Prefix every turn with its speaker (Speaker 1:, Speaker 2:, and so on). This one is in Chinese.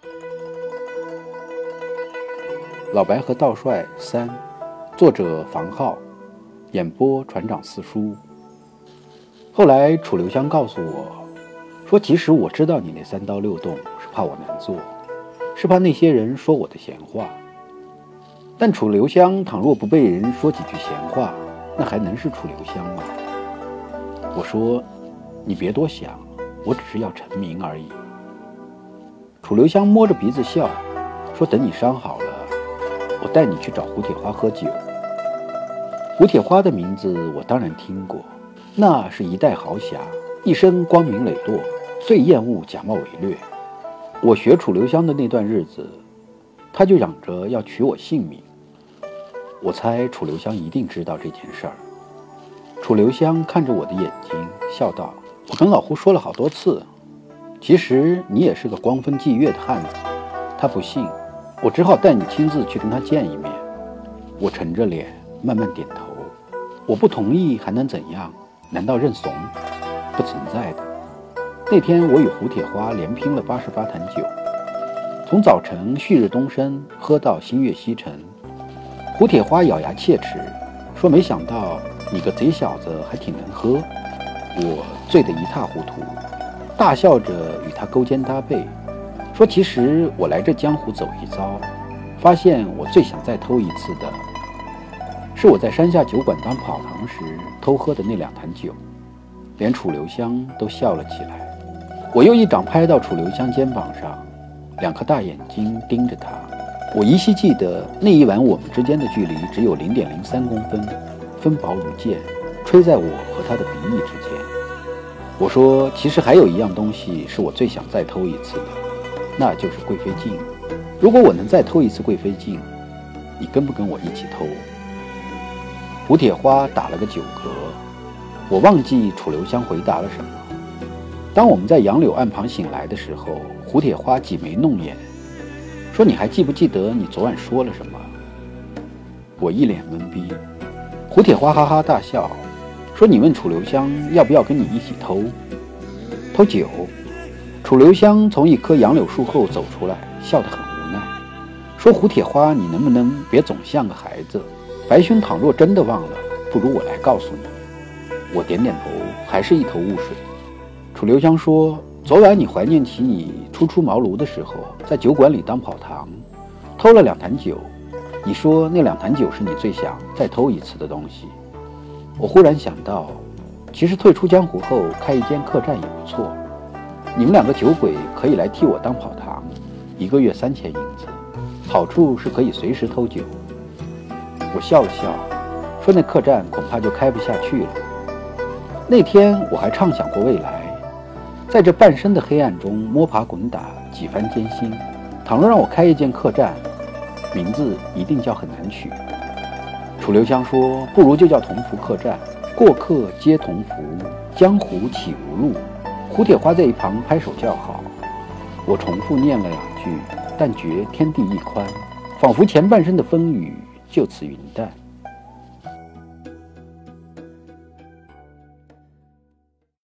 Speaker 1: 老白和道帅3，作者房浩，演播船长四叔。后来楚留香告诉我说，其实我知道你那3刀6洞是怕我难做，是怕那些人说我的闲话。但楚留香倘若不被人说几句闲话，那还能是楚留香吗？我说，你别多想，我只是要成名而已。楚留香摸着鼻子笑，说等你伤好了，我带你去找胡铁花喝酒。胡铁花的名字我当然听过，那是一代豪侠，一生光明磊落，最厌恶假冒伪劣。我学楚留香的那段日子，他就嚷着要取我性命。我猜楚留香一定知道这件事儿。楚留香看着我的眼睛，笑道：我跟老胡说了好多次，其实你也是个光风霁月的汉子。他不信，我只好带你亲自去跟他见一面。我沉着脸慢慢点头。我不同意还能怎样？难道认怂？不存在的。那天我与胡铁花连拼了88坛酒，从早晨旭日东升喝到星月西沉。胡铁花咬牙切齿说，没想到你个贼小子还挺能喝。我醉得一塌糊涂，大笑着与他勾肩搭背，说其实我来这江湖走一遭，发现我最想再偷一次的是我在山下酒馆当跑堂时偷喝的那2坛酒。连楚留香都笑了起来。我又一掌拍到楚留香肩膀上，2颗大眼睛盯着他。我依稀记得那一晚我们之间的距离只有0.03公分，分薄如剑，吹在我和他的鼻翼之间。我说，其实还有一样东西是我最想再偷一次的，那就是贵妃镜。如果我能再偷一次贵妃镜，你跟不跟我一起偷？胡铁花打了个9嗝，我忘记楚留香回答了什么。当我们在杨柳岸旁醒来的时候，胡铁花挤眉弄眼，说你还记不记得你昨晚说了什么？我一脸懵逼。胡铁花哈哈大笑，说你问楚留香要不要跟你一起偷酒。楚留香从一棵杨柳树后走出来，笑得很无奈，说胡铁花你能不能别总像个孩子，白兄倘若真的忘了，不如我来告诉你。我点点头，还是一头雾水。楚留香说，昨晚你怀念起你初出茅庐的时候，在酒馆里当跑堂，偷了2坛酒。你说那2坛酒是你最想再偷一次的东西。我忽然想到，其实退出江湖后开一间客栈也不错，你们2个酒鬼可以来替我当跑堂，1个月3000银子，好处是可以随时偷酒。我笑了笑，说那客栈恐怕就开不下去了。那天我还畅想过未来，在这半生的黑暗中摸爬滚打，几番艰辛。倘若让我开一间客栈，名字一定叫很难取。楚留香说，不如就叫同福客栈，过客皆同福，江湖岂无路。胡铁花在一旁拍手叫好。我重复念了2句，但觉天地一宽，仿佛前半生的风雨就此云淡。